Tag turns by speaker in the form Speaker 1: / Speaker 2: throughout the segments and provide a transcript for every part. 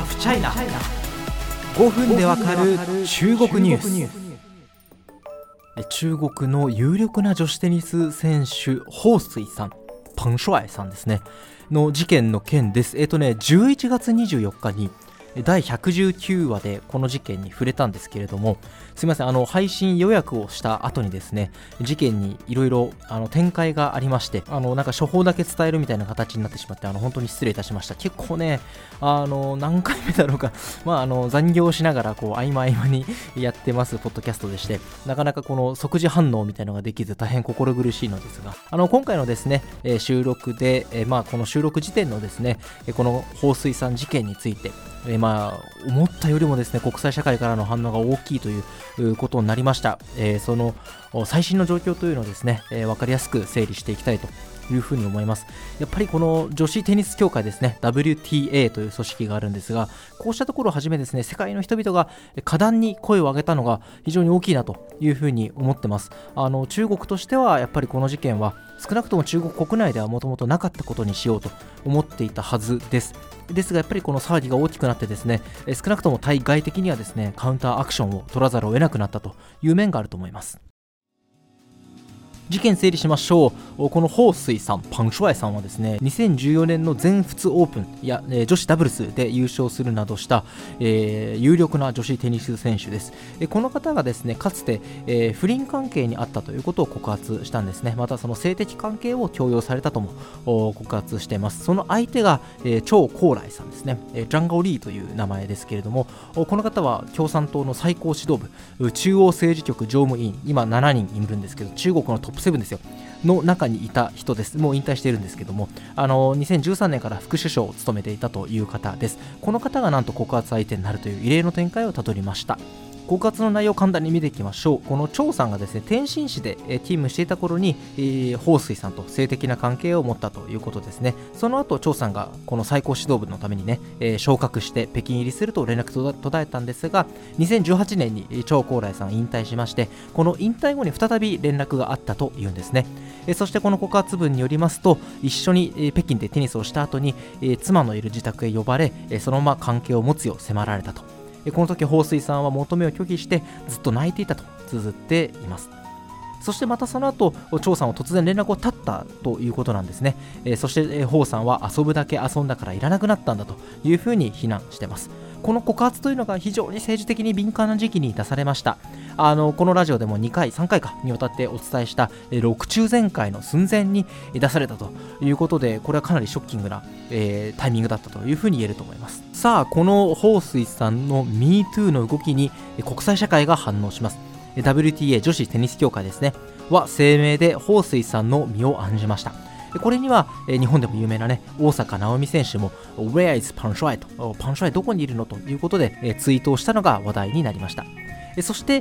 Speaker 1: フチャイナ、5分でわかる中国ニュース。中国の有力な女子テニス選手彭帥さん、彭帥さんですねの事件の件です。11月24日に第119話でこの事件に触れたんですけれども、すみません、配信予約をした後にですね、事件にいろいろ展開がありまして、なんか処方だけ伝えるみたいな形になってしまって、本当に失礼いたしました。結構ね、何回目だろうか、残業しながらこう合間合間にやってますポッドキャストでして、なかなかこの即時反応みたいなのができず大変心苦しいのですが、今回のですね、収録で、この収録時点のですね、この彭帥さん事件について、思ったよりもですね、国際社会からの反応が大きいということになりました。その最新の状況というのをですね、分かりやすく整理していきたいというふうに思います。やっぱりこの女子テニス協会ですね、 WTA という組織があるんですが、こうしたところをはじめですね、世界の人々が果断に声を上げたのが非常に大きいなというふうに思ってます。中国としてはやっぱりこの事件は少なくとも中国国内ではもともとなかったことにしようと思っていたはずですが、やっぱりこの騒ぎが大きくなってですね、少なくとも対外的にはですね、カウンターアクションを取らざるを得なくなったという面があると思います。事件整理しましょう。この彭帥さん、彭帥さんはですね、2014年の全仏オープンや、女子ダブルスで優勝するなどした、有力な女子テニス選手です。この方がですね、かつて、不倫関係にあったということを告発したんですね。またその性的関係を強要されたとも告発しています。その相手が、張高麗さんですね、ジャンガオリーという名前ですけれども、この方は共産党の最高指導部、中央政治局常務委員、今7人いるんですけど、中国のトップ7ですよの中にいた人です。もう引退しているんですけども、2013年から副首相を務めていたという方です。この方がなんと告発相手になるという異例の展開をたどりました。告発の内容を簡単に見ていきましょう。この張さんがですね、天津市で勤務していた頃に、彭帥さんと性的な関係を持ったということですね。その後張さんがこの最高指導部のためにね、昇格して北京入りすると連絡途絶えたんですが、2018年に張高麗さん引退しまして、この引退後に再び連絡があったというんですね。そしてこの告発文によりますと、一緒に北京でテニスをした後に妻のいる自宅へ呼ばれ、そのまま関係を持つよう迫られたと。この時彭帥さんは求めを拒否してずっと泣いていたと綴っています。そしてまたその後、張さんは突然連絡を絶ったということなんですね。そして彭さんは遊ぶだけ遊んだからいらなくなったんだというふうに非難しています。この告発というのが非常に政治的に敏感な時期に出されました。このラジオでも2回3回かにわたってお伝えした6中全会の寸前に出されたということで、これはかなりショッキングな、タイミングだったというふうに言えると思います。さあ、この彭帥さんの MeToo の動きに国際社会が反応します。WTA 女子テニス協会ですねは声明で彭帥さんの身を案じました。これには日本でも有名なね、大坂なおみ選手も Where is パンシュアイと、パンシュアイどこにいるのということでツイートをしたのが話題になりました。そして、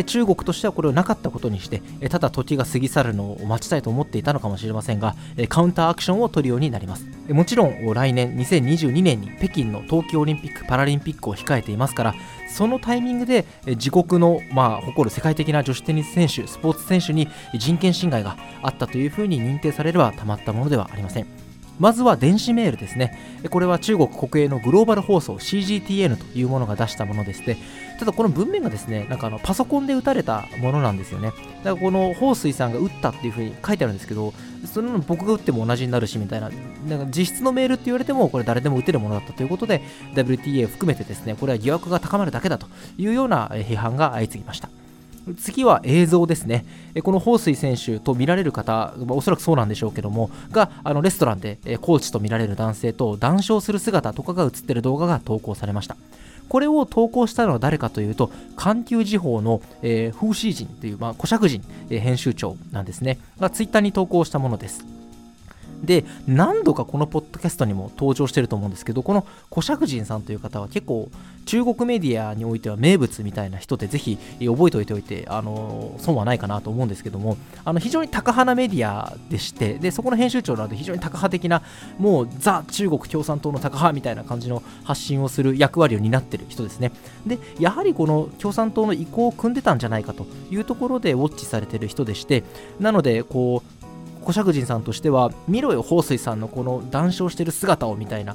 Speaker 1: 中国としてはこれをなかったことにして、ただ時が過ぎ去るのを待ちたいと思っていたのかもしれませんが、カウンターアクションを取るようになります。もちろん来年2022年に北京の冬季オリンピック・パラリンピックを控えていますから、そのタイミングで自国の、誇る世界的な女子テニス選手、スポーツ選手に人権侵害があったというふうに認定されればたまったものではありません。まずは電子メールですね。これは中国国営のグローバル放送 CGTN というものが出したものでして、ただこの文面がですね、なんかパソコンで打たれたものなんですよね。だからこの彭帥さんが打ったっていうふうに書いてあるんですけど、その僕が打っても同じになるしみたいな、なんか実質のメールって言われてもこれ誰でも打てるものだったということで、 WTA を含めてですね、これは疑惑が高まるだけだというような批判が相次ぎました。次は映像ですね。この彭帥選手と見られる方、おそらくそうなんでしょうけども、がレストランでコーチと見られる男性と談笑する姿とかが映っている動画が投稿されました。これを投稿したのは誰かというと、環球時報の、風刺人という、コシャク人、編集長なんですねがツイッターに投稿したものです。で、何度かこのポッドキャストにも登場していると思うんですけど、このコシャクジンさんという方は結構中国メディアにおいては名物みたいな人で、ぜひ覚えておいておいて損はないかなと思うんですけども、非常にタカ派なメディアでして、でそこの編集長なので非常にタカ派的な、もうザ中国共産党のタカ派みたいな感じの発信をする役割を担っている人ですね。でやはりこの共産党の意向を組んでたんじゃないかというところでウォッチされている人でして、なのでコシャクジンさんとしては、見ろよ彭帥さんのこの談笑してる姿をみたいな、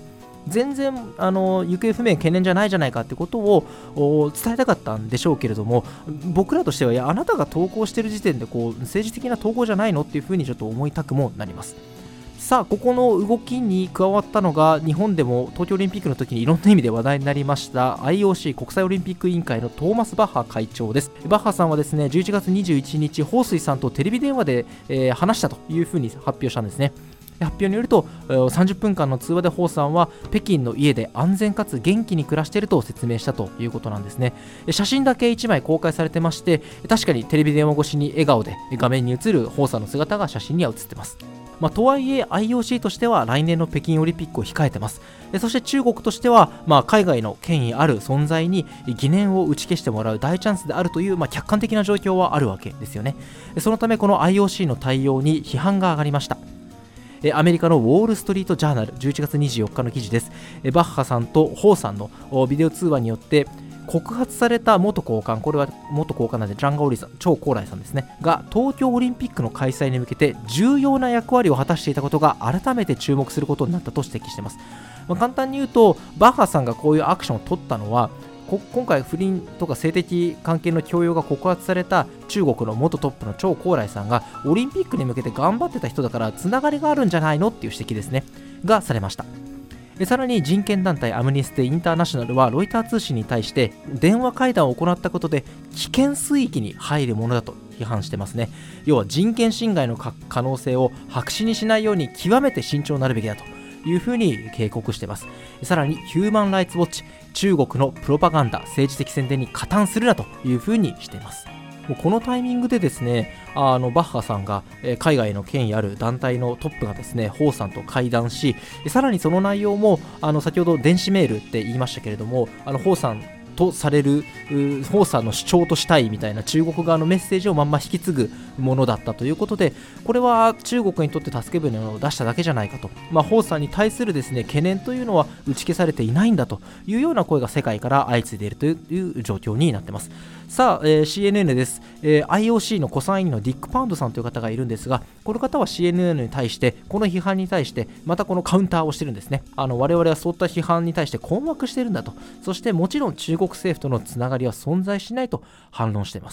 Speaker 1: 全然行方不明懸念じゃないじゃないかってことを伝えたかったんでしょうけれども、僕らとしては、いや、あなたが投稿してる時点で政治的な投稿じゃないのっていうふうにちょっと思いたくもなります。さあ、ここの動きに加わったのが、日本でも東京オリンピックの時にいろんな意味で話題になりました IOC 国際オリンピック委員会のトーマス・バッハ会長です。バッハさんはですね、11月21日、彭帥さんとテレビ電話で、話したというふうに発表したんですね。発表によると、30分間の通話で彭さんは北京の家で安全かつ元気に暮らしていると説明したということなんですね。写真だけ1枚公開されてまして、確かにテレビ電話越しに笑顔で画面に映る彭さんの姿が写真には写ってます。とはいえ IOC としては来年の北京オリンピックを控えてます。そして中国としては、海外の権威ある存在に疑念を打ち消してもらう大チャンスであるという、客観的な状況はあるわけですよね。そのためこの IOC の対応に批判が上がりました。アメリカのウォール・ストリート・ジャーナル11月24日の記事です。バッハさんと彭さんのビデオ通話によって告発された元高官、これは元高官なんでジャンガオリさん、張高麗さんですねが、東京オリンピックの開催に向けて重要な役割を果たしていたことが改めて注目することになったと指摘しています。簡単に言うと、バッハさんがこういうアクションを取ったのは、今回不倫とか性的関係の強要が告発された中国の元トップの張高麗さんがオリンピックに向けて頑張ってた人だからつながりがあるんじゃないのっていう指摘ですねがされました。さらに人権団体アムニスティ・インターナショナルはロイター通信に対して電話会談を行ったことで危険水域に入るものだと批判してますね。要は人権侵害の可能性を白紙にしないように極めて慎重になるべきだというふうに警告しています。さらにヒューマン・ライツ・ウォッチ、中国のプロパガンダ、政治的宣伝に加担するなというふうにしています。もうこのタイミングでですね、バッハさんが海外の権威ある団体のトップがですね、彭さんと会談し、さらにその内容も先ほど電子メールって言いましたけれども、彭さんとされる彭さんの主張としたいみたいな中国側のメッセージをまんま引き継ぐものだったということで、これは中国にとって助け舟を出しただけじゃないかと、彭さんに対するですね懸念というのは打ち消されていないんだというような声が世界から相次いでいるという状況になっています。さあ、CNN です。IOC の古参委員のディック・パウンドさんという方がいるんですが、この方は CNN に対してこの批判に対してまたこのカウンターをしてるんですね。我々はそういった批判に対して困惑しているんだと、そしてもちろん中国政府とのつながりは存在しないと反論しています。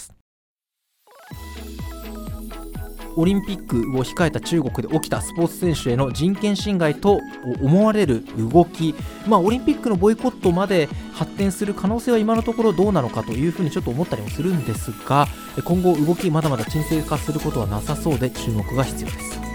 Speaker 1: オリンピックを控えた中国で起きたスポーツ選手への人権侵害と思われる動き、オリンピックのボイコットまで発展する可能性は今のところどうなのかというふうにちょっと思ったりもするんですが、今後動きまだまだ沈静化することはなさそうで注目が必要です。